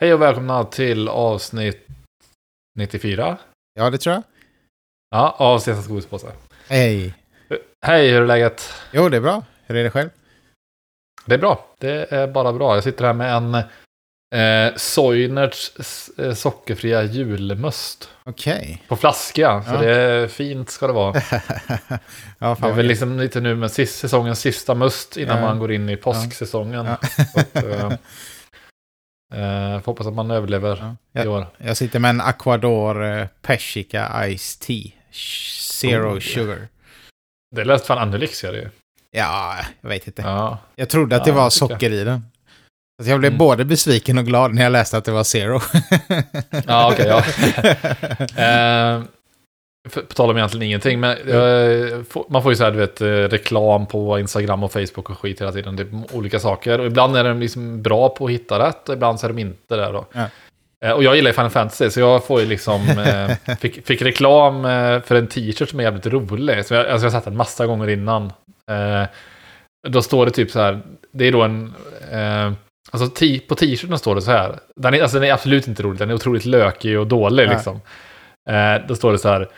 Hej och välkomna till avsnitt 94. Ja, det tror jag. Ja, av Stensas godispåse. Hej. Hej, hur är läget? Jo, det är bra. Hur är det själv? Det är bra. Det är bara bra. Jag sitter här med en Soinerts sockerfria julmust. Okej. På flaska, så Ja. det är fint ska det vara. Ja, Det är väl liksom lite nu med säsongens sista must innan Ja. man går in i påsksäsongen. Ja. Så att, får hoppas att man överlever i år. Jag sitter med en Aquador Persica Ice Tea. Zero sugar. Det lät fan ännu lyxigare ju. Ja, jag vet inte. Ja. Jag trodde att det var socker i den. Så jag blev både besviken och glad när jag läste att det var zero. Ja, okej. Ja. På tal om egentligen ingenting, men man får ju så här, du vet, reklam på Instagram och Facebook och skit hela tiden. Det är olika saker. Och ibland är de liksom bra på att hitta rätt och ibland så är de inte där då. Ja. Och jag gillar ju Final Fantasy, så jag får ju liksom fick reklam för en t-shirt som är jävligt rolig. Så jag har sett en massa gånger innan. Då står det typ så här, det är då en... Alltså på t-shirten står det så här. Den är absolut inte rolig, den är otroligt lökig och dålig liksom. Då står det så här: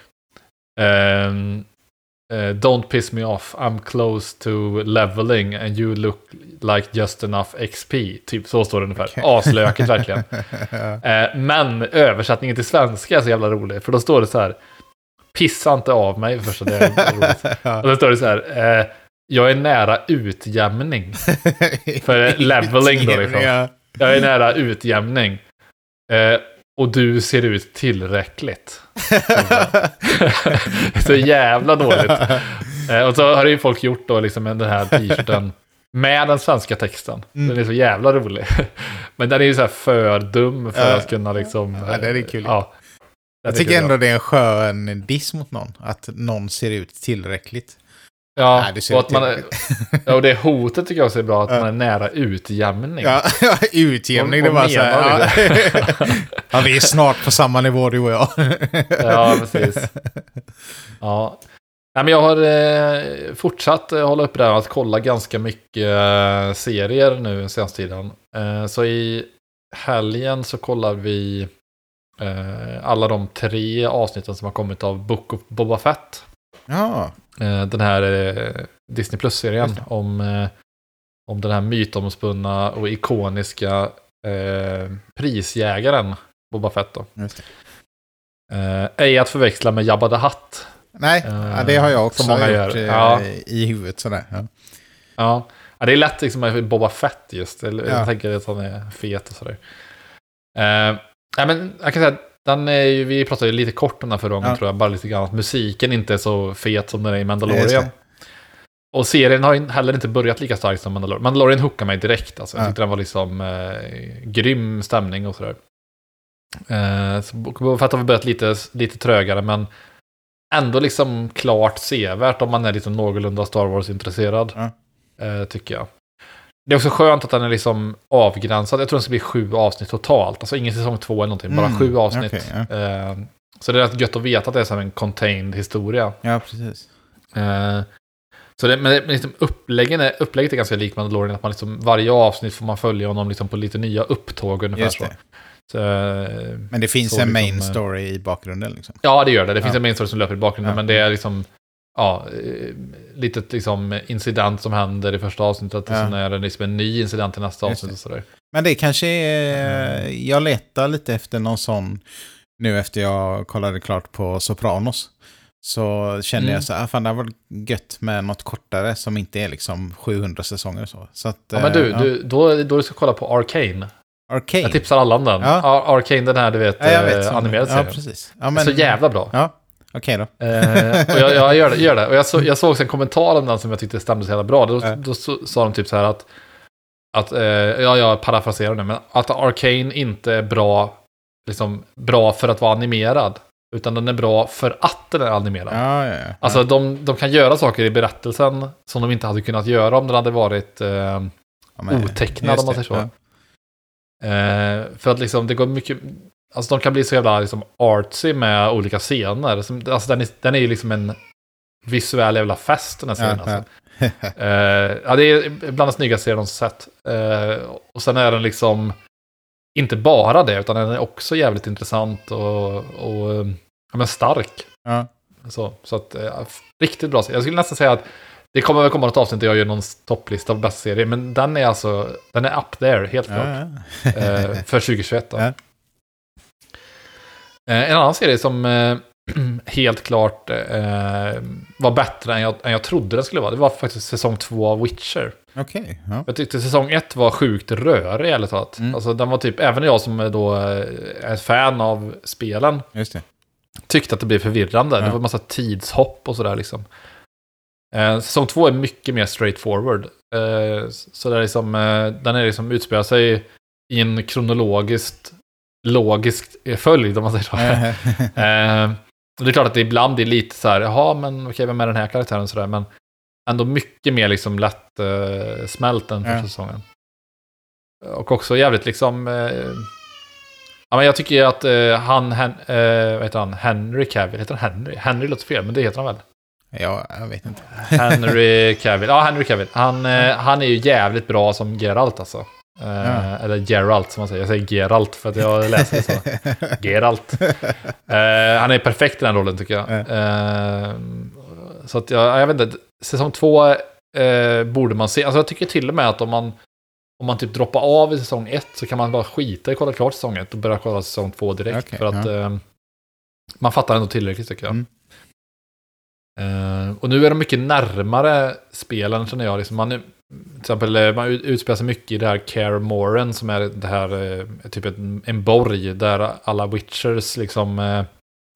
don't piss me off, I'm close to leveling and you look like just enough XP. Typ så står det ungefär. Okay. Aslökigt verkligen. Men översättningen till svenska är så jävla rolig. För då står det så här: pissa inte av mig. Först det är roligt. Och då står det så här: jag är nära utjämning. För leveling då liksom. Jag är nära utjämning. Och du ser ut tillräckligt. Så jävla dåligt. Och så har ju folk gjort då liksom den här t-shirten med den svenska texten. Den är så jävla rolig. Men den är ju så här för dum för att kunna liksom... Ja, det är kul. Ja, jag tycker ändå det är en skön diss mot någon. Att någon ser ut tillräckligt. Ja, och att och det hotet tycker jag också är bra, att man är nära utjämning. Ja, utjämning, det var så här. Ja, vi är snart på samma nivå, du och jag. Ja, precis. Ja. Nej, men jag har fortsatt hålla upp det här att kolla ganska mycket serier nu senaste tiden. Så i helgen så kollar vi alla de 3 avsnitten som har kommit av Book of Boba Fett. Ja. Den här Disney Plus-serien om den här mytomspunna och ikoniska prisjägaren Boba Fett då. Ej att förväxla med Jabba the Hutt. Nej, det har jag också gjort i huvudet sådär. Ja, det är lätt liksom med Boba Fett just. Jag tänker att han är fet och sådär. Men jag kan säga att vi pratade lite kort om den förra gången, tror jag. Bara lite grann att musiken inte är så fet som den är i Mandalorian. Och serien har heller inte börjat lika starkt som Mandalorian. Mandalorian hookade mig direkt. Alltså. Jag tyckte den var liksom grym stämning och sådär. Så för att ha börjat lite trögare, men ändå liksom klart sevärd om man är liksom någorlunda Star Wars-intresserad. Tycker jag. Det är också skönt att den är liksom avgränsad. Jag tror den ska bli 7 avsnitt totalt. Alltså ingen säsong 2 eller någonting. Bara 7 avsnitt. Okay, så det är rätt gött att veta att det är som en contained historia. Ja, precis. Men liksom upplägget är ganska lik Mandalorian. Att man liksom, varje avsnitt får man följa honom liksom på lite nya upptåg ungefär så. Men det finns en main story i bakgrunden liksom. Ja, det gör det. Det finns en main story som löper i bakgrunden. Men det är liksom... litet liksom incident som händer i första avsnittet och sen är det liksom en ny incident i nästa avsnitt och sådär. Men det kanske är... Jag letar lite efter någon sån nu efter jag kollade klart på Sopranos. Så känner jag så här, fan det var gött med något kortare som inte är liksom 700 säsonger så att, men då du ska kolla på Arcane. Jag tipsar alla om den. Arcane, den här du vet animerad serien. Ja, precis. Ja, men... Så jävla bra. Ja. Okej då. Och jag gör det. Och jag såg en kommentar om den som jag tyckte stämde så jävla bra. Då sa de typ så här att jag parafraserar det, men att Arcane inte är bra för att vara animerad, utan den är bra för att den är animerad. Ja. Alltså de kan göra saker i berättelsen som de inte hade kunnat göra om den hade varit otecknad, om man säger så. Ja. För att liksom det går mycket... Alltså de kan bli så jävla liksom artsy med olika scener. Alltså den är ju liksom en visuell jävla fest, den här scenen. Alltså. Det är bland de snyggaste serier de sett. Och sen är den liksom inte bara det, utan den är också jävligt intressant och men stark. Ja. Så att, riktigt bra serie. Jag skulle nästan säga att det kommer väl komma något avsnitt där jag gör någon topplista av bästa serie, men den är up there, helt klart. För 2021 då. En annan serie som helt klart var bättre än jag trodde den skulle vara, det var faktiskt säsong 2 av Witcher. Okej. Ja. Jag tyckte säsong 1 var sjukt rörig, eller så att. Alltså den var typ, även jag som då är fan av spelen, Just det. tyckte att det blev förvirrande. Det var en massa tidshopp och sådär liksom. Säsong 2 är mycket mer straightforward. Så det är liksom, den är liksom utspelar sig i en logisk följd, om man säger så. Det är klart att det ibland är lite så här, jaha, men okej, vem är den här karaktären sådär, men ändå mycket mer liksom lätt smält än första säsongen. Och också jävligt liksom ja, men jag tycker att vad heter han? Henry Cavill, heter han Henry? Henry låter fel, men det heter han väl? Ja, jag vet inte. Henry Cavill. Ja, Henry Cavill. Han är ju jävligt bra som Geralt alltså. Eller Geralt som man säger. Jag säger Geralt för att jag läser det så. Geralt. Han är perfekt i den rollen tycker jag. Så att jag vet inte. Säsong 2 borde man se. Alltså jag tycker till och med att om man typ droppar av i säsong 1 så kan man bara skita i kolla klart säsong 1 och börja kolla säsong 2 direkt. Okay, för att man fattar ändå tillräckligt tycker jag. Och nu är de mycket närmare spelen känner jag. Liksom till exempel man utspelar sig mycket i det här Kaer Morhen som är det här typ en borg där alla Witchers liksom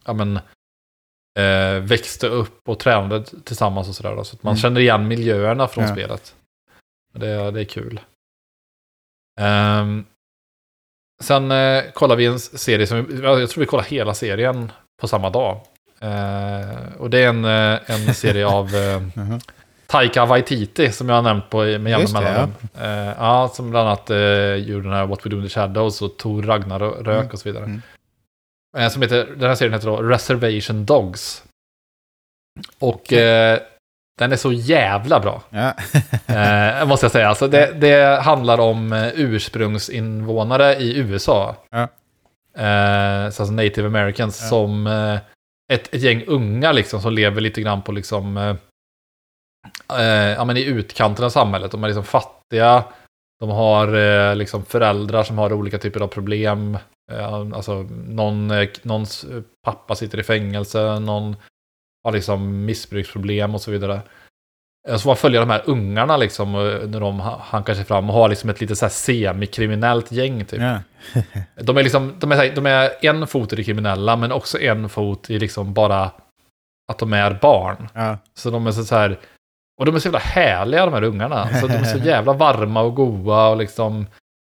växte upp och tränade tillsammans och sådär. Så att man känner igen miljöerna från spelet. Det är kul. Sen kollar vi en serie som jag tror vi kollar hela serien på samma dag. Och det är en serie av Taika Waititi som jag har nämnt på med jämna mellanrum. Som bland annat gjorde den här What We Do in the Shadows och Thor Ragnarök och så vidare. Den här serien heter då Reservation Dogs. Och den är så jävla bra. Måste jag säga. Alltså det handlar om ursprungsinvånare i USA. Alltså Native Americans som ett gäng unga liksom som lever lite grann på liksom i utkanten av samhället. De är liksom fattiga. De har liksom föräldrar som har olika typer av problem. Alltså någons pappa sitter i fängelse, någon har liksom missbruksproblem och så vidare. Så man följer de här ungarna liksom när de hankar sig fram och har liksom ett lite så här semikriminellt gäng typ. De är en fot i det kriminella men också en fot i liksom bara att de är barn. Så de är så här, och de är så jävla härliga de här ungarna. Så de är så jävla varma och goda och liksom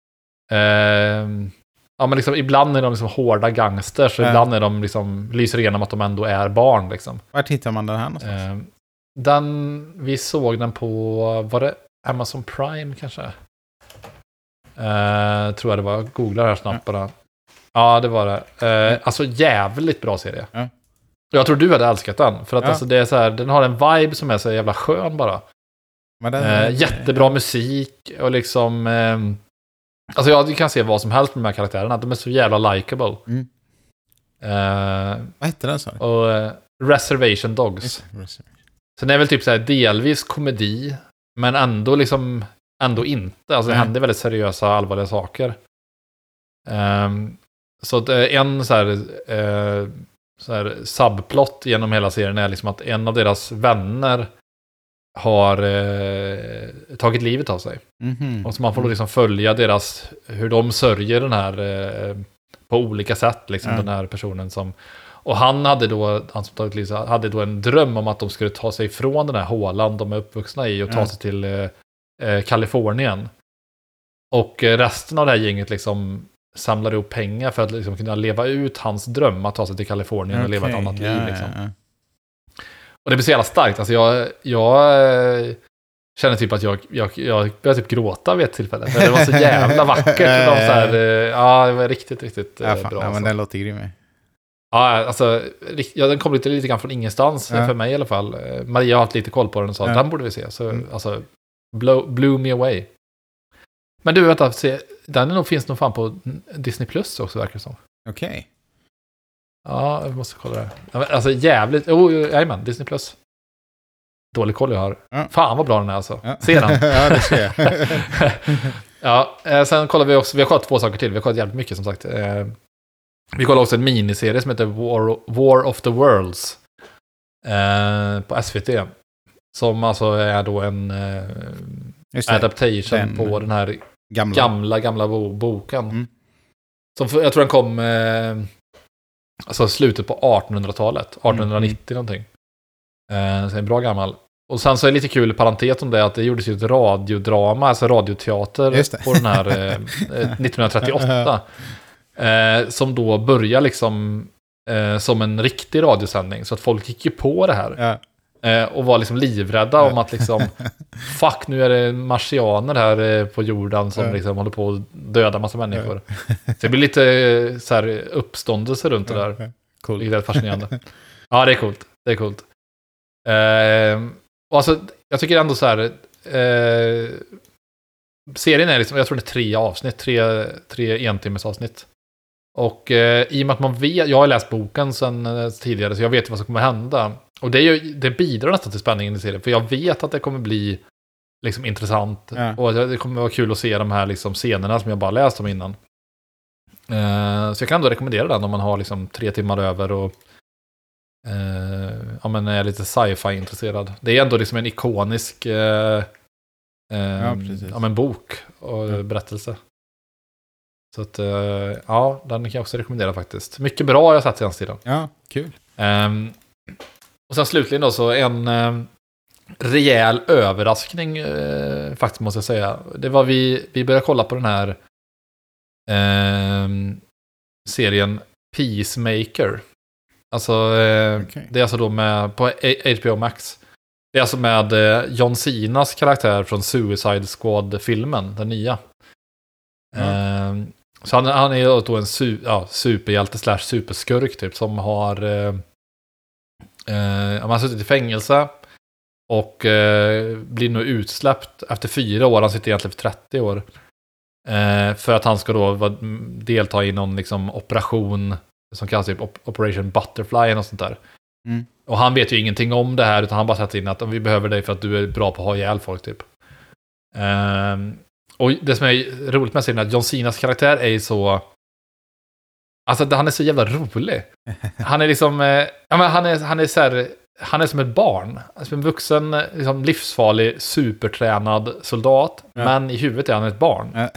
men liksom ibland är de liksom hårda gangsters och ibland är de liksom lyser igenom att de ändå är barn liksom. Var hittar man den här någonstans? Vi såg den på, var det Amazon Prime kanske? Tror jag det var. Googla här snabbt bara. Ja, det var det. Alltså jävligt bra serie. Jag tror du hade älskat den. För att alltså, det är så här, den har en vibe som är så jävla skön bara. Jättebra musik och liksom alltså du kan se vad som helst med de här karaktärerna. De är så jävla likeable. Vad heter den så? Och Reservation Dogs. Sen är det väl typ så här delvis komedi men ändå liksom ändå inte. Alltså det händer väldigt seriösa allvarliga saker. Så att en så här subplot genom hela serien är liksom att en av deras vänner har tagit livet av sig. Och så man får liksom följa hur de sörjer den här på olika sätt liksom den här personen som. Och han som tagit livet hade då en dröm om att de skulle ta sig ifrån den här hålan de är uppvuxna i och ta sig till Kalifornien. Och resten av det här gänget liksom samlar ihop pengar för att liksom kunna leva ut hans dröm att ta sig till Kalifornien och leva ett annat liv liksom. Och det blir så jävla starkt. Alltså jag känner typ att jag börjar typ gråta vid ett tillfälle. För det var så jävla vackert. Det var riktigt bra. Ja, men den låter grym. Ja, alltså den kom lite grann från ingenstans för mig i alla fall. Maria har haft lite koll på den och sa att den borde vi se. Så alltså blew me away. Men du, vänta, finns nog fan på Disney Plus också, verkar det som. Okej. Ja, jag måste kolla det. Alltså jävligt... Jajamän, Disney Plus. Dålig koll jag har. Ja. Fan vad bra den är alltså. Ja. Se den. Ja, det ser jag. Ja, sen kollar vi också... Vi har kollat 2 saker till. Vi har kollat jävligt mycket som sagt. Vi kollar också en miniserie som heter War of the Worlds. På SVT. Som alltså är då en adaptation på den här gamla boken. Som jag tror den kom alltså slutet på 1800-talet. 1890 någonting. Så är en bra gammal. Och sen så är det lite kul parentes om det att det gjordes ju ett radiodrama, alltså radioteater på den här 1938. Som då börjar liksom som en riktig radiosändning. Så att folk gick ju på det här. Ja. Och var liksom livrädda om att liksom fuck, nu är det marsianer här på jorden som liksom håller på att döda massa människor. Så det blir lite så här uppståndelse runt det där. Cool. Det är helt fascinerande. Ja, det är coolt. Det är coolt. Och alltså, jag tycker ändå så här serien är liksom, jag tror det är 3 avsnitt, 3 entimmes avsnitt. Och i och med att man vet, jag har läst boken sen tidigare så jag vet vad som kommer hända. Och det bidrar nästan till spänningen i serien. För jag vet att det kommer bli liksom intressant. Ja. Och det kommer vara kul att se de här liksom scenerna som jag bara läst om innan. Så jag kan ändå rekommendera den om man har liksom 3 timmar över och men är lite sci-fi intresserad. Det är ändå liksom en ikonisk bok och berättelse. Så att den kan jag också rekommendera faktiskt. Mycket bra jag har sett senaste tiden. Ja, kul. Och sen slutligen då så en rejäl överraskning faktiskt måste jag säga. Det var vi började kolla på den här serien Peacemaker. Alltså det är alltså då med på HBO Max. Det är alltså med John Cenas karaktär från Suicide Squad-filmen, den nya. Så han är då en superhjälte / superskurk typ som har han har suttit i fängelse och blir nu utsläppt efter 4 år. Han sitter egentligen för 30 år. För att han ska då delta i någon liksom operation som kallas typ Operation Butterfly eller något sånt där. Och han vet ju ingenting om det här utan han bara sätter in att vi behöver dig för att du är bra på att ha ihjäl folk typ. Och det som är roligt med serien är att John Cenas karaktär är så... Alltså han är så jävla rolig. Han är liksom... han är så här, han är som ett barn. Alltså en vuxen, liksom livsfarlig, supertränad soldat. Ja. Men i huvudet är han ett barn.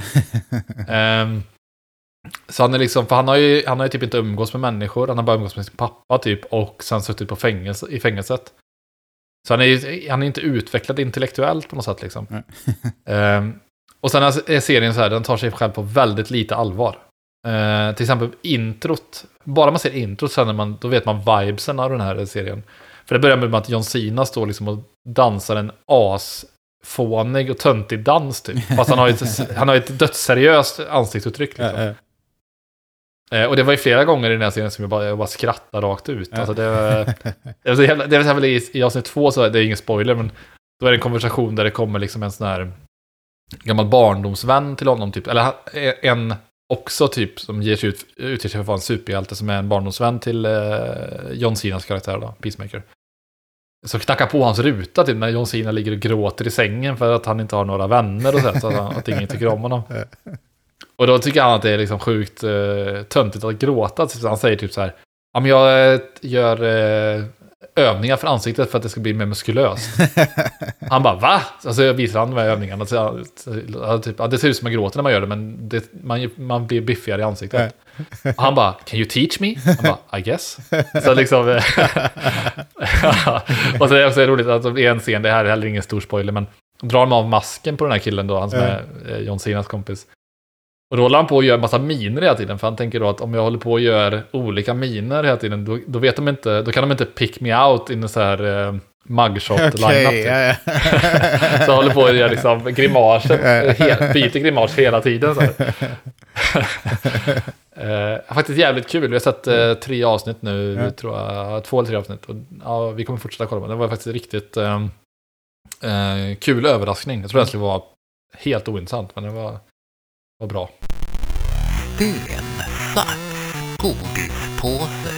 Så han är liksom... För han har ju typ inte umgås med människor. Han har bara umgås med sin pappa typ. Och sen suttit i fängelset. Så han är inte utvecklad intellektuellt på något sätt liksom. Och sen är serien så här, den tar sig själv på väldigt lite allvar. Till exempel introt. Bara man ser introt sen då vet man vibesen av den här serien. För det börjar med att John Cena står liksom och dansar en asfånig och töntig dans typ. Fast han har ett dödsseriöst ansiktsuttryck liksom. Och det var ju flera gånger i den här serien som jag bara skrattade rakt ut. Alltså det var väl i avsnitt 2 så det är ingen spoiler, men då är det en konversation där det kommer liksom en sån här gammal barndomsvän till honom typ, eller en också typ som utger sig för att vara en superhjälte som är en barndomsvän till John Cenas karaktär då, Peacemaker. Så knackar på hans ruta typ när John Cena ligger och gråter i sängen för att han inte har några vänner och så att ingen tycker om honom. Och då tycker han att det är liksom sjukt töntigt att gråta. Så han säger typ så här: ja, men jag gör övningar för ansiktet för att det ska bli mer muskulöst. Han bara, va? Alltså jag visar han de här övningarna. Typ, det ser ut som man gråter när man gör det, men man blir biffigare i ansiktet. Och han bara, can you teach me? Han bara, I guess. Så liksom... Och så är det också roligt att det är en scen, det här är heller ingen stor spoiler, men drar de av masken på den här killen då, han som är John Cenas kompis. Och då håller han på att göra en massa miner hela tiden. För han tänker då att om jag håller på att göra olika miner hela tiden, då vet de inte, då kan de inte pick me out in en så här mugshot-lineup. Typ. Så håller på att göra liksom grimaser, byter grimas hela tiden. Så faktiskt jävligt kul. Vi har sett 3 avsnitt nu, tror jag, 2 eller 3 avsnitt. Och, vi kommer fortsätta kolla på det. Det var faktiskt riktigt kul överraskning. Jag tror det skulle vara helt ointressant, men det var bra. Bönsnack, godispåse.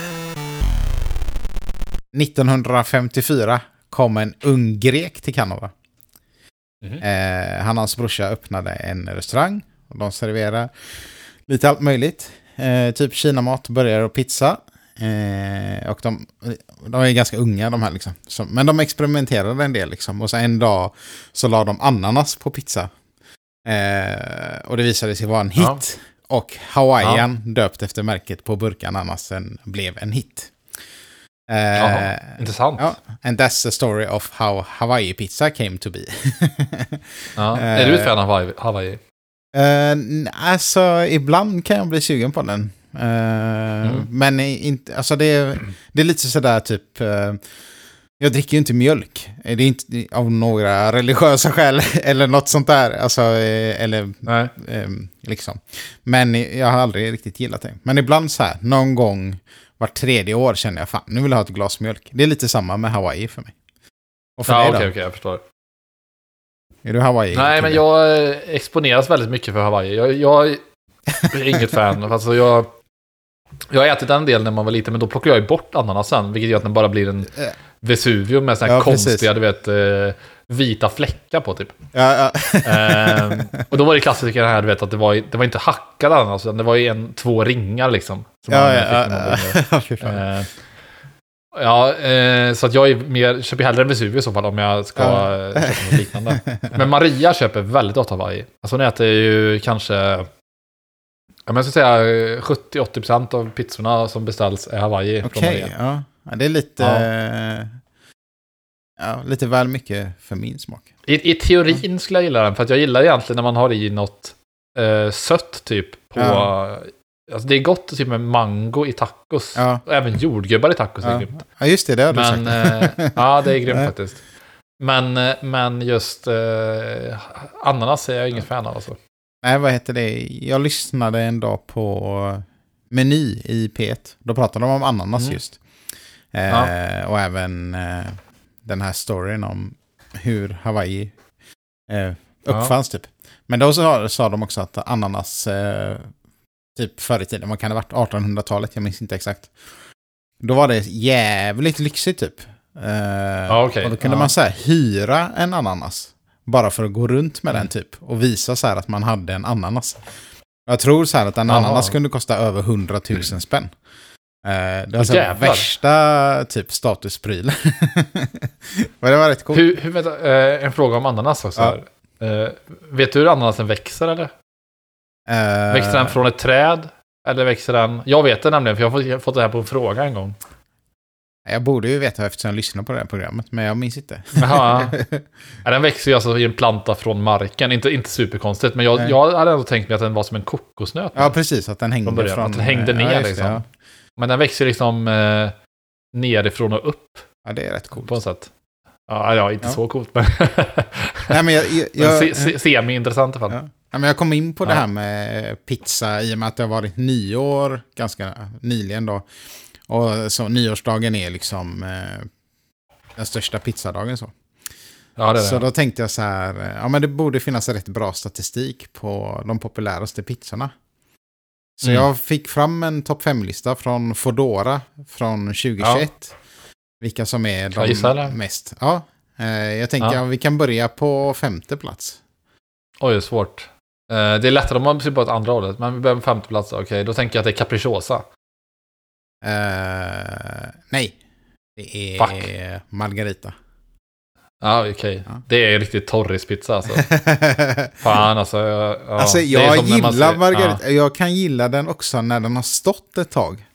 1954 kom en ung grek till Kanada. Mhm. Han och hans brorsa öppnade en restaurang. Och de serverar lite allt möjligt. Typ kinamat, burgare och pizza. Och de är ganska unga de här liksom. Men de experimenterade en del liksom. Och så en dag så la de ananas på pizza. Och det visade sig vara en hit. Ja. Och Hawaiian, döpt efter märket på burkananasen, blev en hit. Jaha, intressant. Ja, and that's the story of how Hawaii pizza came to be. Ja. Är du ett fan av Hawaii? Alltså, ibland kan jag bli sugen på den. Men inte, alltså det är lite sådär typ... jag dricker ju inte mjölk. Det är inte av några religiösa skäl eller något sånt där. Alltså, eller liksom. Men jag har aldrig riktigt gillat det. Men ibland så här, någon gång var 3:e år känner jag, fan, nu vill jag ha ett glas mjölk. Det är lite samma med Hawaii för mig. Och för dig då? Okej, jag förstår. Är du Hawaii? Nej, men jag exponeras väldigt mycket för Hawaii. Jag är inget fan. Alltså jag har ätit en del när man var liten, men då plockar jag ju bort ananasen, vilket gör att den bara blir en Vesuvio med såna här konstiga, du vet, vita fläckar på typ. Ja. Och då var det klassiker här, du vet, att det var inte hackad ananas, utan det var ju 2 ringar liksom. Så att jag är köper hellre en Vesuvio i så fall om jag ska köpa något liknande. Men Maria köper väldigt ofta Hawaii. Alltså hon äter ju kanske, jag ska säga 70-80% av pizzorna som beställs är Hawaii. Okej, ja. Det är lite lite väl mycket för min smak. I teorin skulle jag gilla den, för att jag gillar egentligen när man har i något sött typ på... Alltså det är gott typ med mango i tacos. Ja. Och även jordgubbar i tacos är grymt. Ja, just det har du sagt. Ja, det är grymt faktiskt. Men just ananas är jag ingen fan av. Alltså. Nej, vad heter det? Jag lyssnade en dag på Meny i P1. Då pratade de om ananas just. Och även den här storyn om hur Hawaii uppfanns typ. Men då sa de också att ananas typ förr i tiden, vad kan det ha varit? 1800-talet, jag minns inte exakt. Då var det jävligt lyxigt typ. Och då kunde man så här hyra en ananas bara för att gå runt med den typ och visa så här att man hade en ananas. Jag tror så här att en ananas kunde kosta över 100 000 spänn. Det var så värsta typ statuspryl. Men det var rätt coolt. En fråga om ananas också. Vet du hur ananasen växer eller? Växer den från ett träd? Eller växer den... Jag vet det nämligen, för jag har fått det här på en fråga en gång. Jag borde ju veta eftersom jag lyssnar på det här programmet, men jag minns inte. Jaha. Den växer ju alltså i en planta från marken. Inte superkonstigt, men jag hade ändå tänkt mig att den var som en kokosnöt. Ja, precis. Att den hängde från... Att den hängde ner liksom. Det, Men den växer liksom nerifrån och upp. Ja, det är rätt coolt. På något sätt. Ja, inte så coolt, men... Nej, men semi-intressant i alla fall. Ja, men jag kom in på det här med pizza i och med att det har varit nyår ganska nyligen då. Och så nyårsdagen är liksom den största pizzadagen så. Ja, det är det. Så då tänkte jag så här, men det borde finnas rätt bra statistik på de populäraste pizzorna. Så jag fick fram en topp 5-lista från Foodora från 2021. Vilka som är de mest. Ja, jag tänker att vi kan börja på 5:e plats. Oj, det är svårt. Det är lättare om man ser på ett andra hållet. Men vi börjar med 5:e plats. Okej, då tänker jag att det är Capricciosa. Nej. Det är Margarita. Ja, okej. Ja. Det är riktigt torrispizza alltså. Fan alltså. Alltså jag gillar Margarita. Ja. Jag kan gilla den också när den har stått ett tag.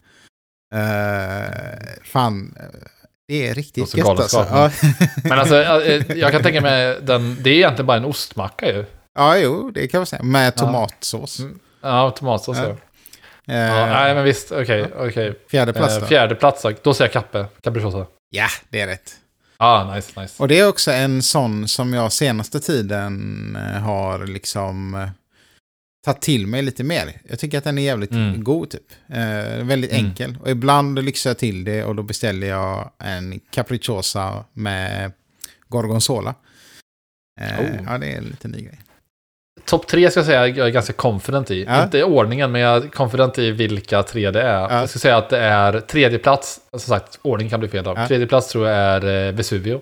Fan. Det är riktigt gött alltså. Ja. Men alltså, jag kan tänka mig det är egentligen bara en ostmacka ju. Ja, jo, det kan man säga. Med tomatsås. Ja, tomatsås. Ja. Nej, men visst. Okej. 4:e plats då. 4:e plats, då säger jag Capricciosa. Ja, det är rätt. Nice. Och det är också en sån som jag senaste tiden har liksom tagit till mig lite mer. Jag tycker att den är jävligt god typ. Väldigt enkel. Och ibland lyxar jag till det och då beställer jag en Capricciosa med gorgonzola. Ja, det är en liten ny grej. topp 3 ska jag säga jag är ganska confident i. Ja. Inte i ordningen, men jag är confident i vilka 3 det är. Ja. Jag ska säga att det är tredje plats. Som sagt, ordning kan bli fel. Ja. Tredje plats tror jag är Vesuvio.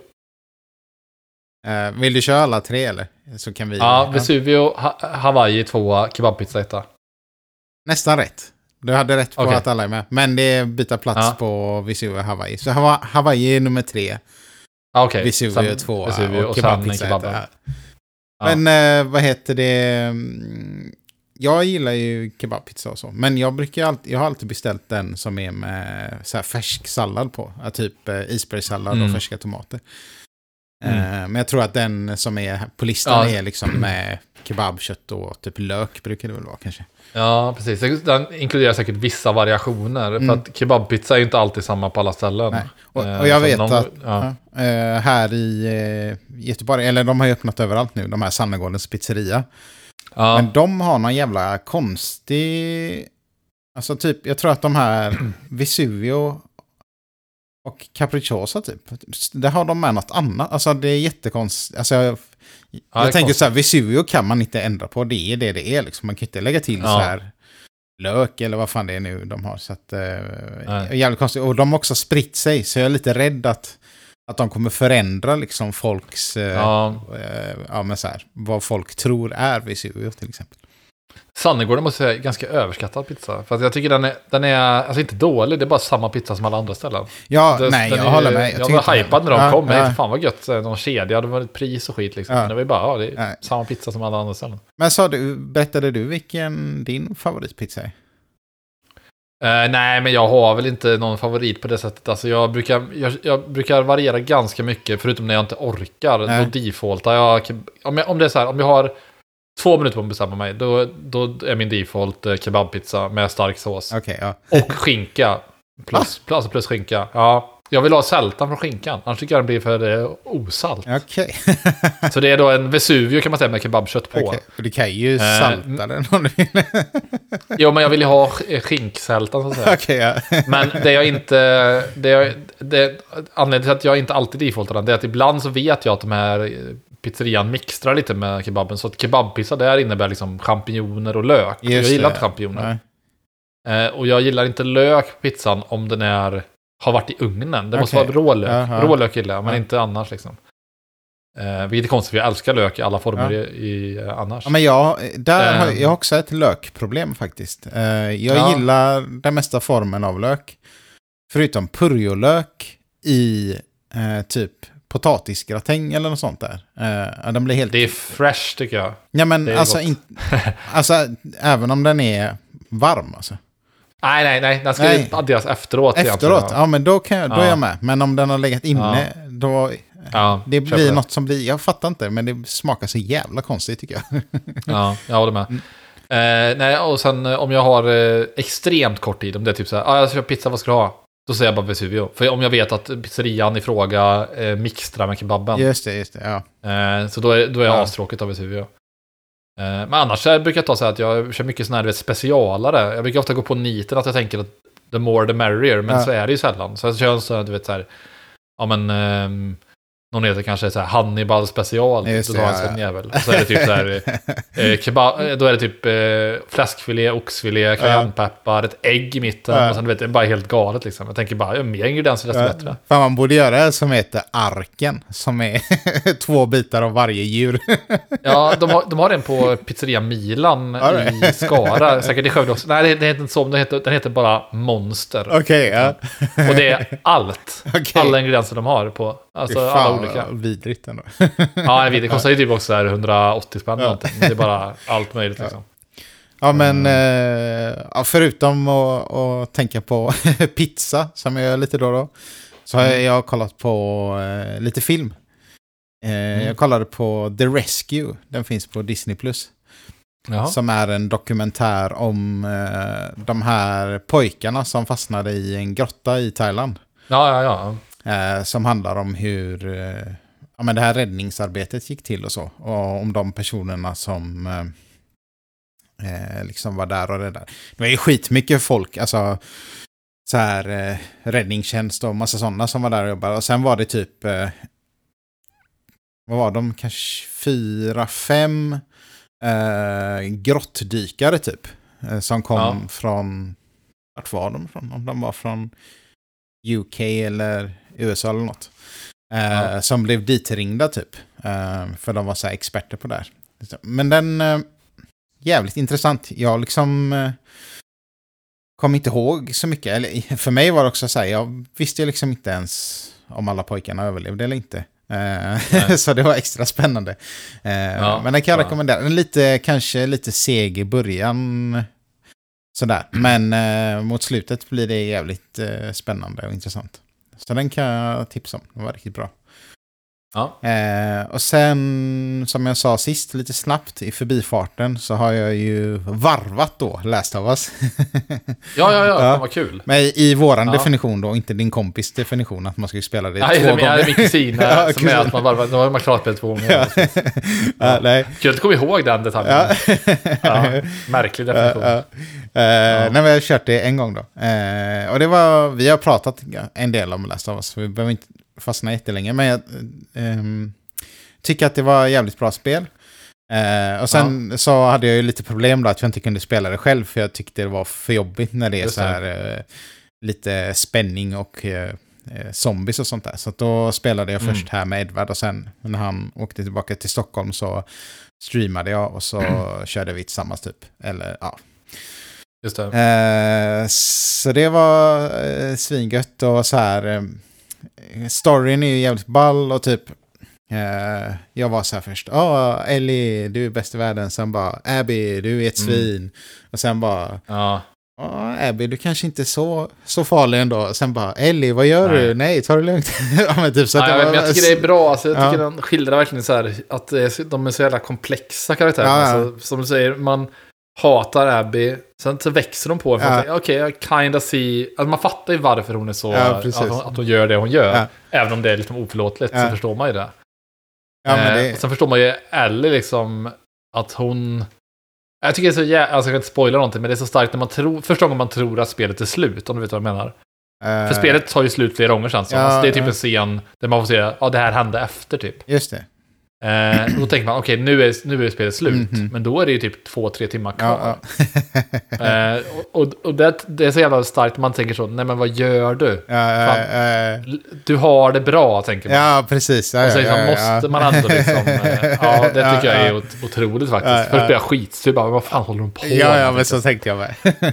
Vill du köra alla 3 eller? Så kan vi... Ja, Vesuvio, Hawaii 2, kebabpizza 1. Nästan rätt. Du hade rätt på Okej. att alla är med. Men det är byta plats på Vesuvio och Hawaii. Så Hawaii är nummer 3. Okej. Vesuvio 2 Vesuvio och och sen kebabpizza kebaben. 1. Ja. Men vad heter det? Jag gillar ju kebabpizza och så. Men jag har alltid beställt den som är med så här färsk sallad på. Typ isbergssallad och färska tomater. Men jag tror att den som är på listan är liksom med kebabkött och typ lök brukar det väl vara kanske. Ja, precis. Den inkluderar säkert vissa variationer. För att kebabpizza är ju inte alltid samma på alla ställen. Nej. Och jag vet att Ja. här i Göteborg, eller de har ju öppnat överallt nu, de här Sannegårdens pizzeria. Ja. Men de har någon jävla konstig... Alltså typ, jag tror att de här Vesuvio och Capricciosa typ, där har de med något annat. Alltså det är jättekonstigt. Alltså jag tänker så här, Vesuvio kan man inte ändra på. Det är det är liksom. Man kan inte lägga till så här lök eller vad fan det är nu de har. Så att, jävligt konstigt. Och de har också spritt sig, så jag är lite rädd att de kommer förändra liksom folks... men så här, vad folk tror är Vesuvio till exempel. Sannegården måste jag säga är ganska överskattad pizza. För att jag tycker den är alltså inte dålig, det är bara samma pizza som alla andra ställen. Ja, jag håller med. Jag var hypad när de kom, men fan vad gött. Någon kedja, det var ett pris och skit liksom. Men det var ju bara, det är samma pizza som alla andra ställen. Men berättade du vilken din favoritpizza är? Nej, men jag har väl inte någon favorit på det sättet. Alltså jag brukar variera ganska mycket, förutom när jag inte orkar. Då defaultar jag. Om det är så här, om jag har 2 minuter på att bestämma mig, då är min default kebabpizza med stark sås. Okay, ja. Och skinka. Plus skinka. Ja. Jag vill ha sältan från skinkan. Annars tycker jag den blir för osalt. Okej. Så det är då en Vesuvio kan man säga med kebabkött på. Okay. Du kan ju salta den om du vill. Jo, men jag vill ju ha skinksältan så att säga. Okay, ja. Men det jag inte... anledningen till att jag inte alltid defaultar den, det är att ibland så vet jag att de här pizzerian mixtrar lite med kebaben. Så att kebabpizza där innebär liksom champinjoner och lök. Jag gillar inte champinjoner. Och jag gillar inte lök på pizzan om den har varit i ugnen. Det måste vara rålök. Rålök gillar jag, men inte annars liksom. Vilket är konstigt, för jag älskar lök i alla former annars. Ja, men jag har också ett lökproblem faktiskt. Jag gillar den mesta formen av lök. Förutom purjolök i typ potatisgratäng eller något sånt där. Den blir helt... Det är fresh tycker jag. Ja, men alltså även om den är varm alltså. Nej. Den ska adderas efteråt. Efteråt? Ja, men då är jag med. Men om den har legat inne, då... det blir något som blir... Jag fattar inte, men det smakar så jävla konstigt tycker jag. Ja, jag håller med. Nej, och sen om jag har extremt kort tid, om det är typ så här, jag ska köpa pizza, vad ska du ha? Då säger jag bara Vesuvio. För om jag vet att pizzerian i fråga mixtrar med kebaben. Just det, ja. Så då är jag astråkigt av Vesuvio. Men annars brukar jag ta så här att jag kör mycket sådana här specialare. Jag brukar ofta gå på niten att jag tänker att the more the merrier, men så är det ju sällan. Så jag kör en sån här, du vet så här, ja men någon heter kanske så här Hannibal special. Just då tar en sån jävel. Och så är det typ så här kebab, då är det typ fläskfilé, oxfilé, cayennepeppar, ett ägg i mitten och sen du vet det är bara helt galet liksom. Jag tänker bara mer ingredienser desto bättre. Fan, man borde göra det som heter arken, som är 2 bitar av varje djur. Ja, de har den på pizzeria Milan i Skara. Säkert i Skövde också. Nej, det heter inte så. Den heter bara Monster. Okej, ja. Och det är allt. Okay. Alla ingredienser de har på. Alltså alla olika. Vidrigt ändå. Ja, det kostar ju typ också 180 spänn. Det är bara allt möjligt liksom. Ja, men förutom att tänka på pizza, som jag gör lite då, så har jag kollat på lite film. Jag kollade på The Rescue. Den finns på Disney+. Som är en dokumentär om de här pojkarna som fastnade i en grotta i Thailand. Ja. Som handlar om hur men det här räddningsarbetet gick till och så. Och om de personerna som liksom var där och räddade. Det var ju skitmycket folk, alltså så här räddningstjänst och massa sådana som var där och jobbade. Och sen var det typ vad var de? Kanske 4-5 grottdykare typ. Som kom från, vart var de från? Om de var från UK eller USA eller något. Som blev ditringda typ. För de var så här experter på det här. Men den jävligt intressant. Jag liksom kom inte ihåg så mycket. Eller, för mig var det också så här, jag visste ju liksom inte ens om alla pojkarna överlevde eller inte. Så det var extra spännande. Men den kan jag rekommendera. Den kanske lite seg i början. Sådär. Men mot slutet blir det jävligt spännande och intressant. Så den kan jag tipsa om. Den var riktigt bra. Ja. Och sen, som jag sa sist, lite snabbt i förbifarten, så har jag ju varvat då Last of Us. Ja, vad kul. Men i våran definition då, inte din kompis definition, att man ska ju spela det 2 gånger. Nej, min kusin som är att man varvar, då har man klarat det 2 gånger. Nej. Kul att komma ihåg den detaljen. Märklig definition. Nej, men jag har kört det en gång då. Och det var, vi har pratat en del om Last of Us, så vi behöver inte fastna jättelänge, men jag tycker att det var jävligt bra spel. Och sen så hade jag ju lite problem då att jag inte kunde spela det själv, för jag tyckte det var för jobbigt när det är så här lite spänning och zombies och sånt där. Så då spelade jag först här med Edvard, och sen när han åkte tillbaka till Stockholm så streamade jag och så körde vi tillsammans typ. Eller ja. Just det. Så det var svingött och så här. Storyn är ju jävligt ball och typ jag var så här först, Ellie, du är bäst i världen. Sen bara, Abby, du är ett svin. Och sen bara, Abby, du kanske inte är så farlig ändå. Sen bara, Ellie, vad gör du? Nej, ta det lugnt. Men typ, så men jag tycker det är bra. Alltså, jag tycker den skildrar verkligen så här, att de är så jävla komplexa karaktärer. Alltså, som du säger, man hatar Abby. Sen så växer de på en. Okej, jag kinda see. Alltså, man fattar ju varför hon är så. Att hon gör det hon gör. Även om det är liksom oförlåtligt så förstår man ju det. Och sen förstår man ju Ellie liksom. Att hon... Jag tycker det är så alltså jag kan inte spoila någonting, men det är så starkt när man tror... Första gången man tror att spelet är slut, om du vet vad jag menar. För spelet tar ju slut flera gånger sen. Alltså, det är typ en scen där man får se det här hände efter typ. Just det. Då tänker man, okej, nu är spelet slut. Men då är det ju typ 2-3 timmar kvar. Och det är så jävla starkt. Man tänker så, nej men vad gör du? Du har det bra, tänker man. Ja, precis. Och så måste man ändå liksom... det tycker jag är otroligt faktiskt. Först blir jag skitsur, bara, vad fan håller de på med? Ja, men så tänkte jag med.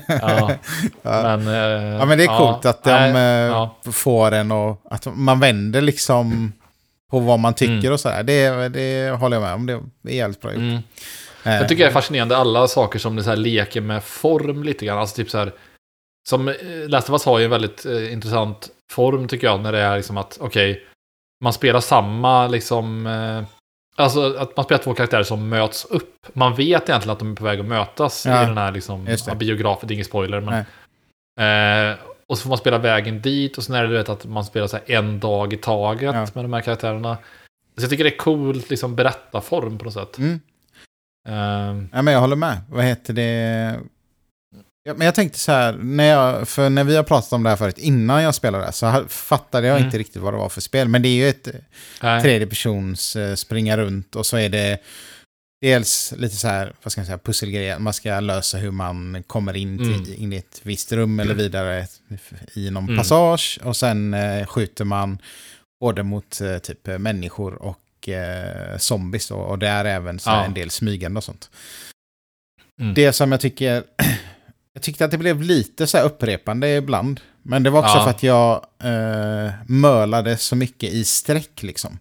Men det är coolt att de får en och att man vänder liksom... på vad man tycker och sådär. Det håller jag med om. Det är jävligt bra gjort. Jag tycker det är fascinerande alla saker som det så här leker med form lite grann. Alltså typ så här, som Last of Us har ju en väldigt intressant form tycker jag, när det är liksom att man spelar samma liksom alltså att man spelar 2 karaktärer som möts upp. Man vet egentligen att de är på väg att mötas i den här liksom biografen, det är ingen spoiler, men och så får man spela vägen dit, och sen är det att man spelar så här en dag i taget med de här karaktärerna. Så jag tycker det är coolt liksom berättarform på något sätt. Men jag håller med. Vad heter det? Ja, men jag tänkte så här, när vi har pratat om det här förut, innan jag spelade det, så fattade jag inte riktigt vad det var för spel. Men det är ju ett tredje persons springa runt, och så är det dels lite så här, vad ska man säga, pusselgrejer. Man ska lösa hur man kommer in i ett visst rum eller vidare i någon passage. Och sen skjuter man både mot typ människor och zombies. Och det är även så en del smygande och sånt. Det som jag tyckte att det blev lite så här upprepande ibland. Men det var också för att jag mölade så mycket i sträck liksom.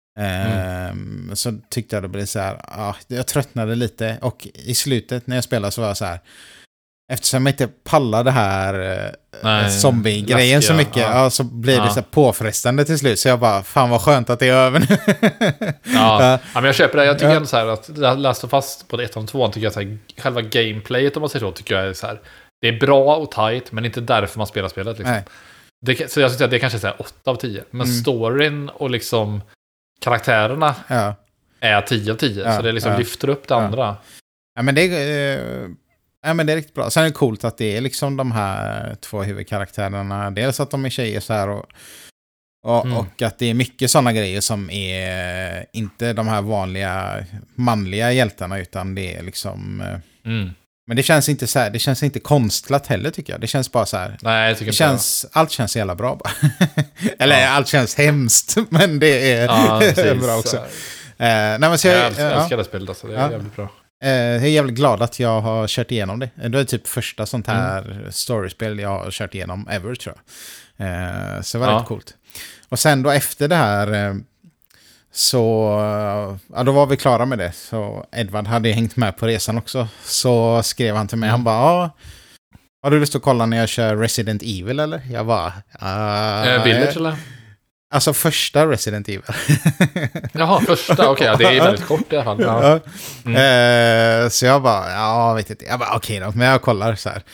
Så tyckte jag det blev så här, jag tröttnade lite, och i slutet när jag spelade så var jag så här, eftersom jag inte pallar det här zombie-grejen så mycket, så blir det så här påfrestande till slut, så jag bara, fan vad skönt att det är över nu. Men jag köper det. Jag tycker ändå så här att Last of Us på 1 och 2 tycker jag så här, själva gameplayet, om man säger så, tycker jag är så här, det är bra och tight, men inte därför man spelar spelet liksom. Så jag tycker att det är kanske så här 8 av 10, men storyn och liksom karaktärerna är 10 av 10. Så det liksom lyfter upp det andra. Men det är riktigt bra. Sen är det coolt att det är liksom de här 2 huvudkaraktärerna. Dels att de är tjejer så här, och Och att det är mycket sådana grejer som är inte de här vanliga manliga hjältarna, utan det är liksom... Men det känns inte så här, det känns inte konstlat heller, tycker jag. Det känns bara så här. Nej, jag tycker inte allt känns jävla bra bara. Eller allt känns hemskt, men det är bra också. Nej, men så jag älskar det spelet, alltså. Det är jävligt bra. Jag är jävligt glad att jag har kört igenom det. Det är typ första sånt här storyspel jag har kört igenom ever, tror jag. Så det var rätt coolt. Och sen då efter det här så då var vi klara med det. Så Edvard hade hängt med på resan också. Så skrev han till mig, han bara, har du lust att kolla när jag kör Resident Evil eller? Jag bara, Village eller? Alltså första Resident Evil. Jaha, första, okej, det är väldigt kort i alla fall. Så jag bara, vet inte. Jag bara, okej då, men jag kollar så här.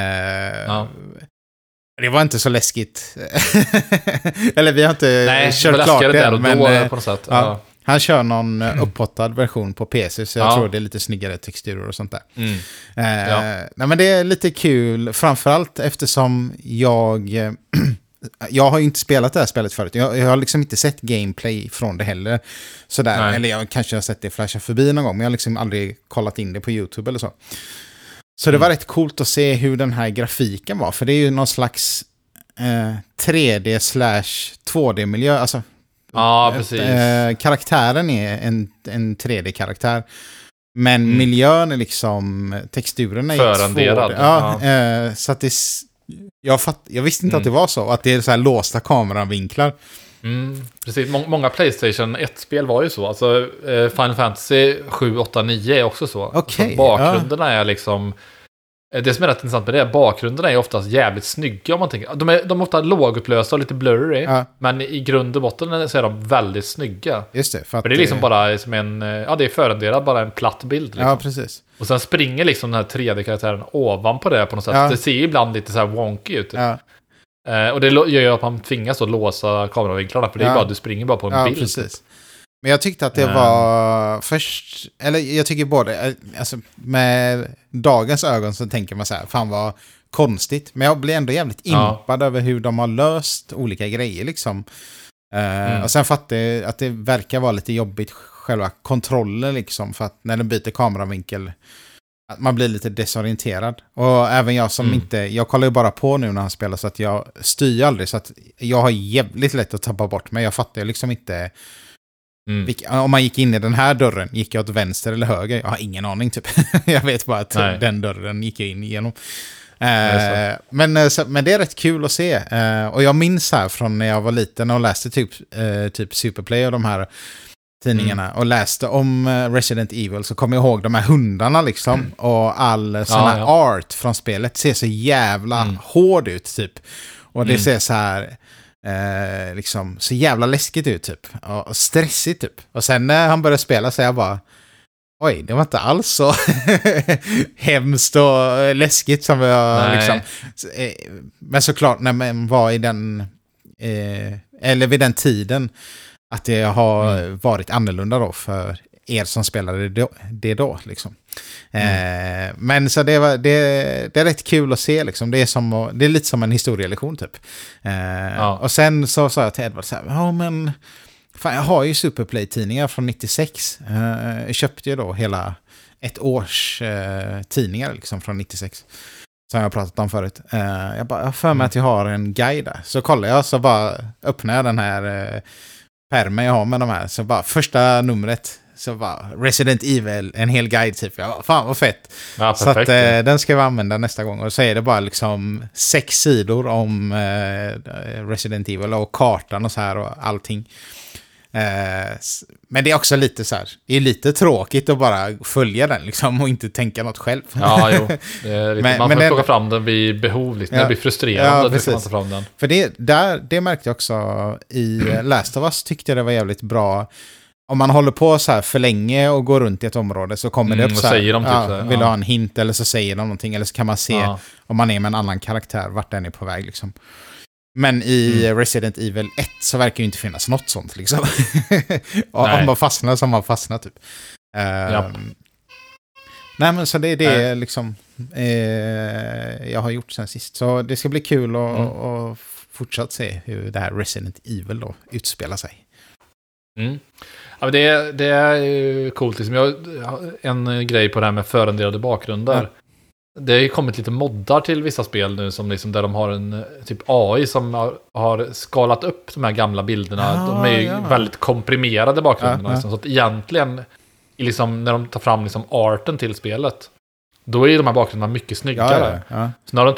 Det var inte så läskigt. Eller vi har inte kört klart det än, men på något sätt. Han kör någon upphottad version på PC, så jag tror det är lite snyggare texturer och sånt där. Nej, men det är lite kul, framförallt eftersom jag har ju inte spelat det här spelet förut. Jag har liksom inte sett gameplay från det heller. Sådär. Eller jag kanske har sett det flasha förbi någon gång, men jag har liksom aldrig kollat in det på YouTube eller så. Så det var rätt coolt att se hur den här grafiken var. För det är ju någon slags 3D/2D-miljö. Alltså, precis. Karaktären är en 3D-karaktär. Men miljön är liksom, texturerna är förenderad. 2D. Så att det jag visste inte att det var så. Att det är så här låsta kameravinklar. Precis, många PlayStation 1-spel var ju så. Alltså Final Fantasy 7, 8, 9 är också så. Okay, alltså, bakgrunderna är liksom... Det som är rätt intressant med det är bakgrunderna är oftast jävligt snygga om man tänker. De är ofta lågupplösta och lite blurry. Men i grund och botten så är de väldigt snygga. Just det. För det är liksom bara som en... Ja, det är förenderat, bara en platt bild. Liksom. Ja, precis. Och sen springer liksom den här 3D-karaktären ovanpå det på något sätt. Det ser ju ibland lite så här wonky ut. Och det gör ju att man tvingas att låsa kameravinklarna. För det är bara, du springer bara på en bild. Precis. Men jag tyckte att det var först... Eller jag tycker både... Alltså med dagens ögon så tänker man så här, fan vad konstigt. Men jag blir ändå jävligt impad över hur de har löst olika grejer liksom. Och sen fattar jag att det verkar vara lite jobbigt själva kontrollen liksom. För att när den byter kameravinkel... Att man blir lite desorienterad. Och även jag som inte... Jag kollar ju bara på nu när han spelar, så att jag styr aldrig. Så att jag har jävligt lätt att tappa bort mig. Jag fattar ju liksom inte... Om man gick in i den här dörren, gick jag åt vänster eller höger? Jag har ingen aning typ. Jag vet bara att den dörren gick jag in igenom. Men det är rätt kul att se. Och jag minns här från när jag var liten och läste typ Superplay och de här tidningarna och läste om Resident Evil, så kommer jag ihåg de här hundarna liksom, och all sån här art från spelet ser så jävla hård ut typ. Och det ser så här liksom så jävla läskigt ut typ, och stressigt typ. Och sen när han började spela så jag bara, oj, det var inte alls så hemskt och läskigt som jag liksom. Men såklart när man var i den eller vid den tiden, att det har varit annorlunda då för er som spelade det då liksom. Men så det är rätt kul att se liksom. Det är lite som en historielektion typ. Och sen så sa jag till Edvard så här, men fan, jag har ju Superplay-tidningar från 96. Jag köpte ju då hela ett års tidningar liksom från 96. Som jag har pratat om förut. Jag bara, jag för mig att jag har en guide där. Så kollar jag, så bara öppnar jag den här pärmen jag har med de här. Så bara första numret, så bara Resident Evil, en hel guide typ. Ja, fan vad fett. Ja, så att den ska vi använda nästa gång. Och så är det bara liksom 6 sidor om Resident Evil och kartan och så här och allting. Men det är också lite så här, det är lite tråkigt att bara följa den liksom och inte tänka något själv. Ja, jo. Man får plocka fram den vid behov, liksom. Det blir frustrerande att man tar fram den. För det märkte jag också i Last of Us, tyckte jag det var jävligt bra. Om man håller på så här för länge och går runt i ett område, så kommer det upp så här, säger de typ så här, vill du ha en hint, eller så säger de någonting, eller så kan man se om man är med en annan karaktär vart den är på väg liksom. Men i Resident Evil 1 så verkar ju inte finnas något sånt liksom. Om man fastnar som man fastnar typ. Nej, men så det är liksom jag har gjort sen sist. Så det ska bli kul att fortsatt se hur det här Resident Evil då utspelar sig. Mm. Ja, men det är ju coolt. Liksom. En grej på det här med förändrade bakgrunder. Ja. Det har ju kommit lite moddar till vissa spel nu som liksom där de har en typ AI som har skalat upp de här gamla bilderna. De är ju väldigt komprimerade bakgrunderna. Liksom. Så att egentligen liksom, när de tar fram liksom arten till spelet, då är de här bakgrunderna mycket snyggare. Så nu har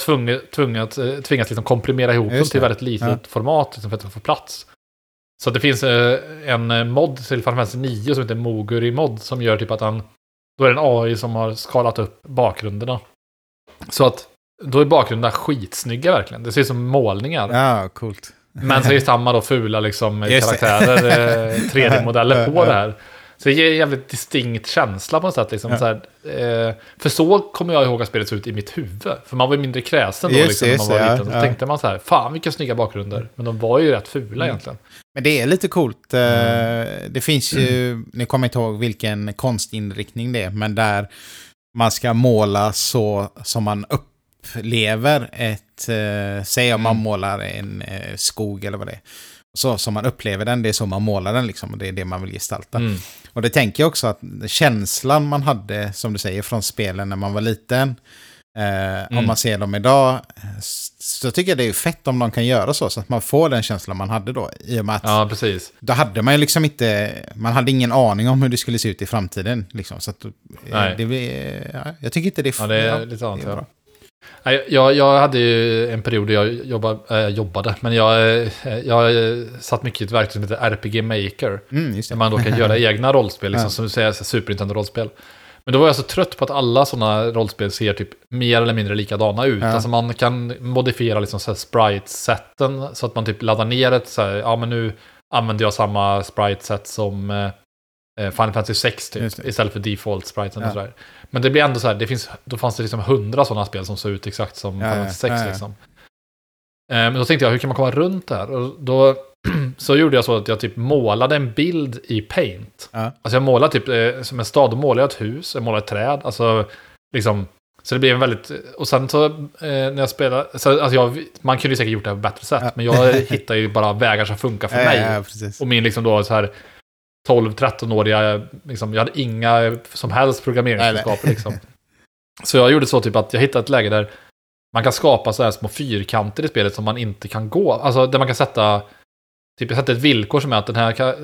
de tvingats liksom komprimera ihop dem till väldigt litet format liksom, för att få plats. Så det finns en mod till Final Fantasy 9 som heter Moguri mod som gör typ att då är det en AI som har skalat upp bakgrunderna. Så att då är bakgrunderna skitsnygga verkligen. Det ser ut som målningar. Ja, coolt. Men så är samma då fula liksom karaktärer, 3D-modeller på det här. Så det ger en jävligt distinkt känsla på något sätt. Liksom, så här, för så kommer jag ihåg att spelet såg ut i mitt huvud. För man var mindre kräsen då liksom, när man var liten. Så tänkte man så här, fan vilka snygga bakgrunder. Men de var ju rätt fula egentligen. Men det är lite coolt. Det finns ju, nu kommer jag inte ihåg vilken konstinriktning det är, men där man ska måla så som man upplever säg om man målar en skog eller vad det är. Så som man upplever den, det är så man målar den liksom, och det är det man vill gestalta. Och det tänker jag också att känslan man hade, som du säger, från spelen när man var liten, om man ser dem idag, så tycker jag det är fett om de kan göra så att man får den känslan man hade då, i och med att precis. Då hade man ju liksom inte, man hade ingen aning om hur det skulle se ut i framtiden liksom, så att det blir, jag tycker inte det är det är lite annat, bra. Jag hade ju en period där jag jobbade, men jag satt mycket i ett verktyg som heter RPG Maker. Just det. Där man då kan göra egna rollspel, liksom, som du säger, Super Nintendo-rollspel. Men då var jag så trött på att alla sådana rollspel ser typ mer eller mindre likadana ut. Alltså man kan modifiera liksom så här sprite-sätten så att man typ laddar ner ett så här, men nu använder jag samma sprite-set som Final Fantasy 6 typ, istället för default spriten och sådär. Men det blir ändå så här, då fanns det liksom 100 sådana spel som såg ut exakt som Final Fantasy 6 liksom. Men då tänkte jag, hur kan man komma runt det här? Och då så gjorde jag så att jag typ målade en bild i Paint. Alltså jag målade typ som en stad, då målade jag ett hus, jag målade ett träd, alltså liksom, så det blev en väldigt, och sen så när jag spelade, så, alltså man kunde ju säkert gjort det här på bättre sätt, men jag hittade ju bara vägar som funkar för mig. Och min liksom då så här 12-13-åriga, liksom, jag hade inga som helst programmeringskunskaper liksom. Så jag gjorde så typ att jag hittade ett läge där man kan skapa så här små fyrkanter i spelet som man inte kan gå, alltså där man kan sätta typ, jag sätter ett villkor som är att den här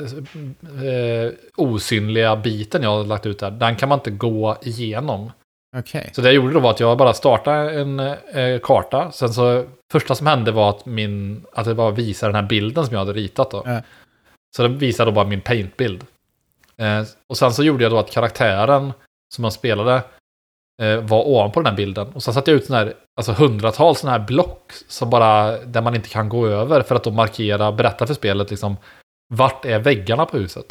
osynliga biten jag har lagt ut där, den kan man inte gå igenom. Så det jag gjorde då var att jag bara startade en karta. Sen så, första som hände var att det bara visade den här bilden som jag hade ritat då. Så det visade då bara min paintbild. Och sen så gjorde jag då att karaktären som man spelade var ovanpå den här bilden. Och sen satte jag ut alltså hundratals sådana här block som bara, där man inte kan gå över, för att då berätta för spelet liksom, vart är väggarna på huset.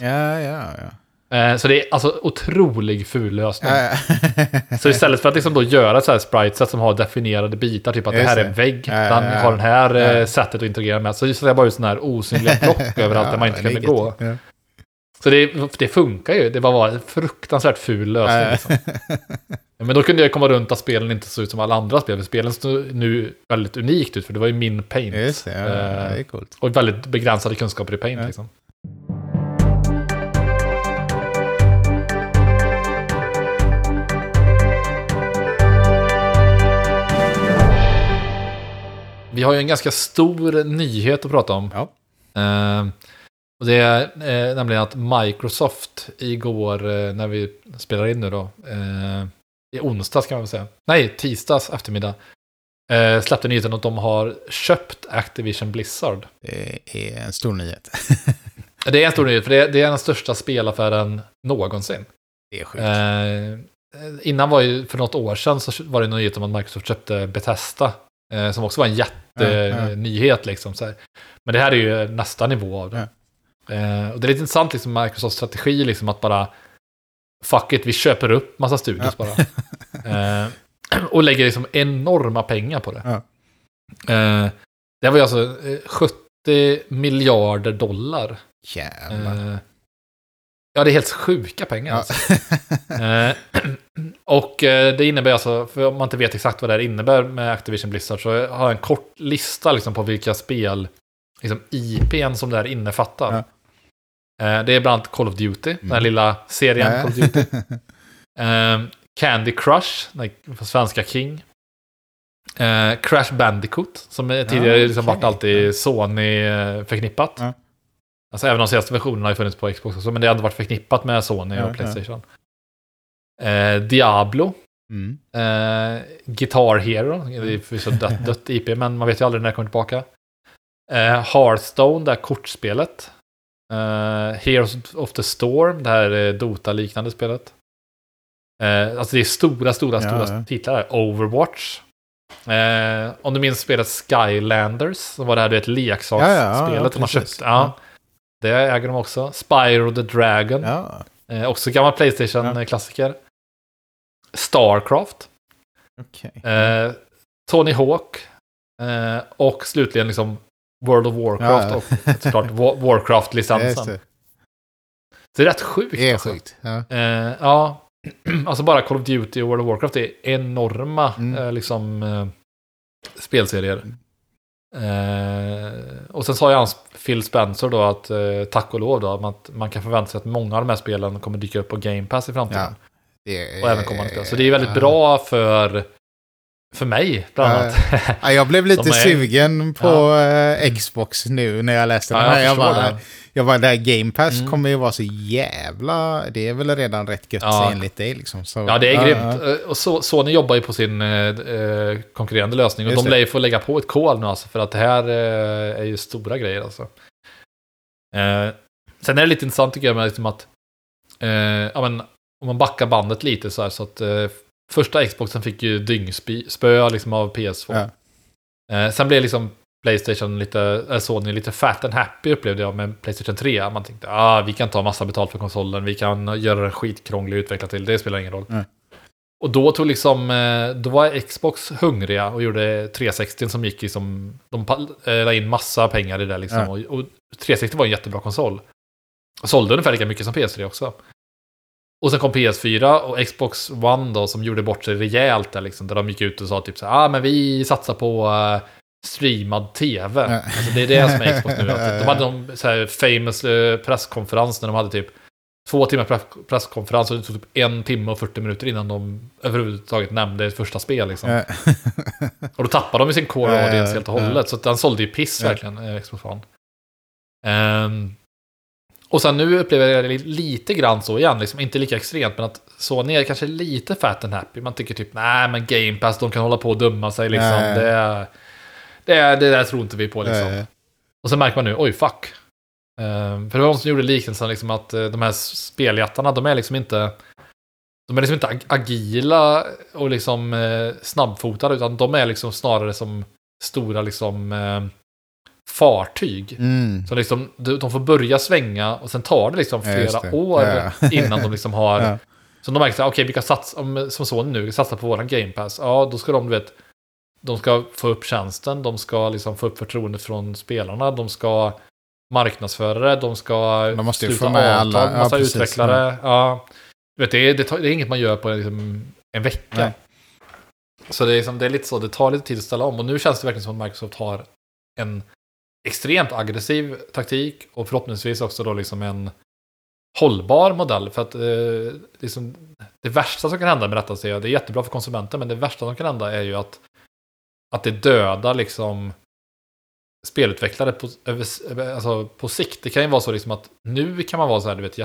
Så det är alltså otrolig ful lösning. Så istället för att liksom då göra så här spriteset som har definierade bitar, typ att det här är en vägg, den har den här sättet att integrera med, så sätter jag bara ut sådana här osynliga block överallt där man inte kan gå. Så det funkar ju. Det var en fruktansvärt ful lösning. Liksom. Men då kunde jag komma runt att spelen inte såg ut som alla andra spel. För spelen såg nu väldigt unikt ut. För det var ju min Paint. Just det, det är coolt. Och väldigt begränsade kunskaper i Paint. Liksom. Vi har ju en ganska stor nyhet att prata om. Och det är nämligen att Microsoft igår, när vi spelar in nu då, i onsdags kan man väl säga. Nej, tisdags eftermiddag. Släppte nyheten att de har köpt Activision Blizzard. Det är en stor nyhet. Det är en stor nyhet, för det är den största spelaffären någonsin. Det är sjukt. Innan var ju, för något år sedan så var det en nyhet om att Microsoft köpte Bethesda. Som också var en jättenyhet liksom. Så här. Men det här är ju nästa nivå av det. Och det är lite intressant liksom, Microsofts strategi liksom, att bara fuck it, vi köper upp massa studios bara. Och lägger liksom enorma pengar på det. Det var ju alltså 70 miljarder dollar. Jävlar. Ja, det är helt sjuka pengar. Alltså. Och det innebär alltså, för om man inte vet exakt vad det här innebär med Activision Blizzard, så har jag en kort lista liksom, på vilka spel liksom, IPn som det här innefattar. Det är bland annat Call of Duty, den här lilla serien Call of Duty. Candy Crush, på svenska King. Crash Bandicoot, som tidigare liksom varit alltid Sony förknippat. Alltså även de senaste versionerna har ju funnits på Xbox också, men det har ändå varit förknippat med Sony och PlayStation. Diablo. Guitar Hero. Det är förvisso dött IP, men man vet ju aldrig när det kommer tillbaka. Hearthstone, det här kortspelet. Heroes of the Storm, det här Dota-liknande spelet. Alltså det är stora titlar här. Overwatch. Om du minns spelet Skylanders, så var det här ett leksaksspelet de har köpt. Det äger de också. Spyro the Dragon. Också gammal PlayStation-klassiker. Starcraft. Tony Hawk. Och slutligen liksom World of Warcraft och såklart Warcraft-licensen. Så det är rätt sjukt. Det är alltså. sjukt. Alltså bara Call of Duty och World of Warcraft är enorma spelserier. Och sen sa ju Phil Spencer då att tack och lov då, att man kan förvänta sig att många av de här spelen kommer dyka upp på Game Pass i framtiden. Och även kommande spel. Så det är väldigt bra för mig bland annat. Jag blev lite sugen på Xbox nu när jag läste den här. Jag var där Game Pass kommer ju vara så jävla... Det är väl redan rätt gött enligt dig liksom. Så, ja, det är grymt. Och Sony jobbar ju på sin konkurrerande lösning. Och de lär ju få lägga på ett kol nu alltså, för att det här är ju stora grejer alltså. Sen är det lite intressant tycker jag med liksom att om man backar bandet lite så här, så att första Xboxen fick ju dyngspö liksom av PS2. Sen blev liksom PlayStation Sony lite fat and happy upplevde jag med PlayStation 3. Man tänkte, vi kan ta massa betalt för konsolen, vi kan göra den skitkrånglig och utveckla till, det spelar ingen roll. Och då då var Xbox hungriga och gjorde 360 som gick liksom, de la in massa pengar i det liksom. Och 360 var en jättebra konsol. Och sålde ungefär lika mycket som PS3 också. Och sen kom PS4 och Xbox One då, som gjorde bort sig rejält där, liksom, där de gick ut och sa typ så här, men vi satsar på streamad tv. Alltså, det är det som är Xbox nu. De hade en så här famous presskonferens när de hade typ 2 timmar presskonferens och det tog typ 1 timme och 40 minuter innan de överhuvudtaget nämnde ett första spel. Liksom. Och då tappade de i sin core audience helt och hållet. Så den sålde ju piss verkligen, Xbox One. Och sen nu upplever jag det lite grann så igen, liksom, inte lika extremt, men att Sony är kanske lite fat and happy. Man tycker typ, nej men Game Pass, de kan hålla på och dumma sig liksom. Det där tror inte vi på liksom. Och så märker man nu, oj fuck. För det var någon som gjorde liknelsen liksom, att de här speljättarna, de är liksom inte agila och liksom snabbfotade, utan de är liksom snarare som stora liksom fartyg. Så liksom, de får börja svänga och sen tar det liksom flera år innan de liksom har... Så de märker så här, okej, vi kan satsa, som Sony nu, satsa på våran Game Pass. Ja, då ska de ska få upp tjänsten, de ska liksom få upp förtroendet från spelarna, de ska marknadsföra det, de måste sluta få med avtal, alla massa utvecklare. Ja. Vet, det är inget man gör på liksom en vecka. Nej. Så det är lite så, det tar lite tid att ställa om. Och nu känns det verkligen som att Microsoft har en extremt aggressiv taktik och förhoppningsvis också då liksom en hållbar modell. För att liksom, det värsta som kan hända med detta, det är jättebra för konsumenter, men det värsta som kan hända är ju att det dödar liksom spelutvecklare på sikt. Det kan ju vara så liksom att nu kan man vara så här, du vet,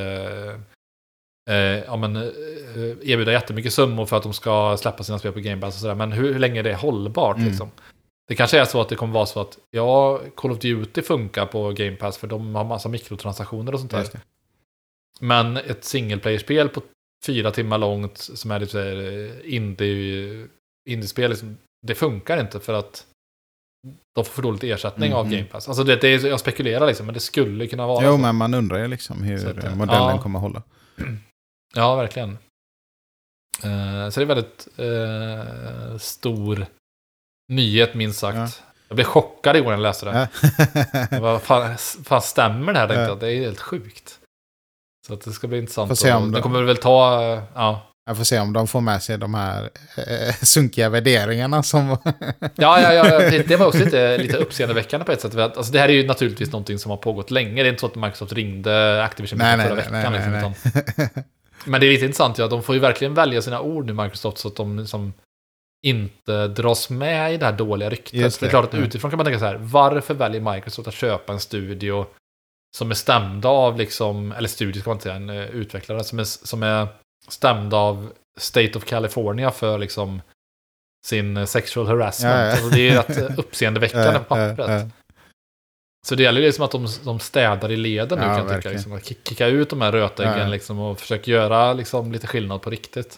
erbjuda jättemycket summor för att de ska släppa sina spel på Game Pass och sådär. Men hur länge är det hållbart liksom? Det kanske är så att det kommer vara så att Call of Duty funkar på Game Pass för de har massa mikrotransaktioner och sånt där. Men ett singleplayer-spel på 4 timmar långt som är lite indie-spel liksom, det funkar inte för att de får för dåligt ersättning av Game Pass. Alltså jag spekulerar liksom, men det skulle kunna vara så. Men man undrar ju liksom hur modellen kommer hålla. Ja, verkligen. Så det är väldigt stor nyhet, minst sagt. Jag blev chockad igår när jag läste det. Vad fan stämmer det här? Det är helt sjukt. Så att det ska bli intressant. Får se om det kommer väl ta... Ja. Jag får se om de får med sig de här sunkiga värderingarna som... Det var också lite uppseendeväckande på ett sätt. Alltså det här är ju naturligtvis någonting som har pågått länge. Det är inte så att Microsoft ringde Activision förra veckan. Nej. Men det är lite intressant, de får ju verkligen välja sina ord nu, Microsoft, så att de liksom inte dras med i det här dåliga ryktet. Det är klart att utifrån kan man tänka så här, varför väljer Microsoft att köpa en studio som är stämd av liksom, eller studio ska man inte säga, en utvecklare som är stämd av State of California för liksom sin sexual harassment. Alltså det är ju rätt uppseendeväckande på pappret. Så det gäller ju liksom att de städar i leden nu, kan jag tycka. Liksom, att kicka ut de här rötäggen liksom, och försöka göra liksom, lite skillnad på riktigt.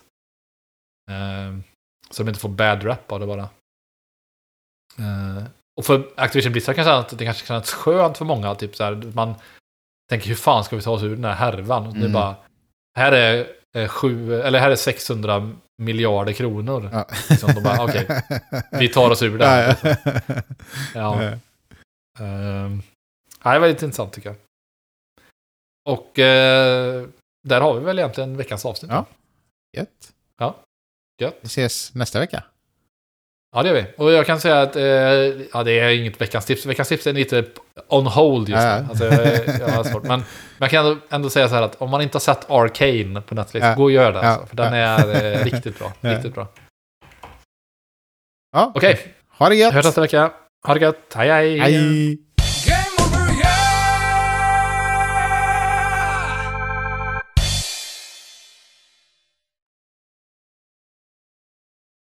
Så de inte får bad rap av det bara. Och för Activision Blizzard kan jag säga att det kanske känns skönt för många. Typ så här, man tänker, hur fan ska vi ta oss ur den här härvan? Och det är bara, här är 600 miljarder kronor. Ja. Liksom, de bara, okej, vi tar oss ur det här. Det var lite intressant tycker jag. Och där har vi väl egentligen veckans avsnitt. Ja, gött. Gött. Vi ses nästa vecka. Ja, det gör vi. Och jag kan säga att det är inget veckans tips. Veckans tips är lite on hold just nu. Alltså, jag har svårt. Men jag kan ändå säga så här att om man inte har sett Arcane på Netflix, gå och gör det. Alltså, för den är riktigt bra. Riktigt bra. Ja. Okej. Ha det gött. Hörs nästa vecka. Ha det gött. Hej. Hej.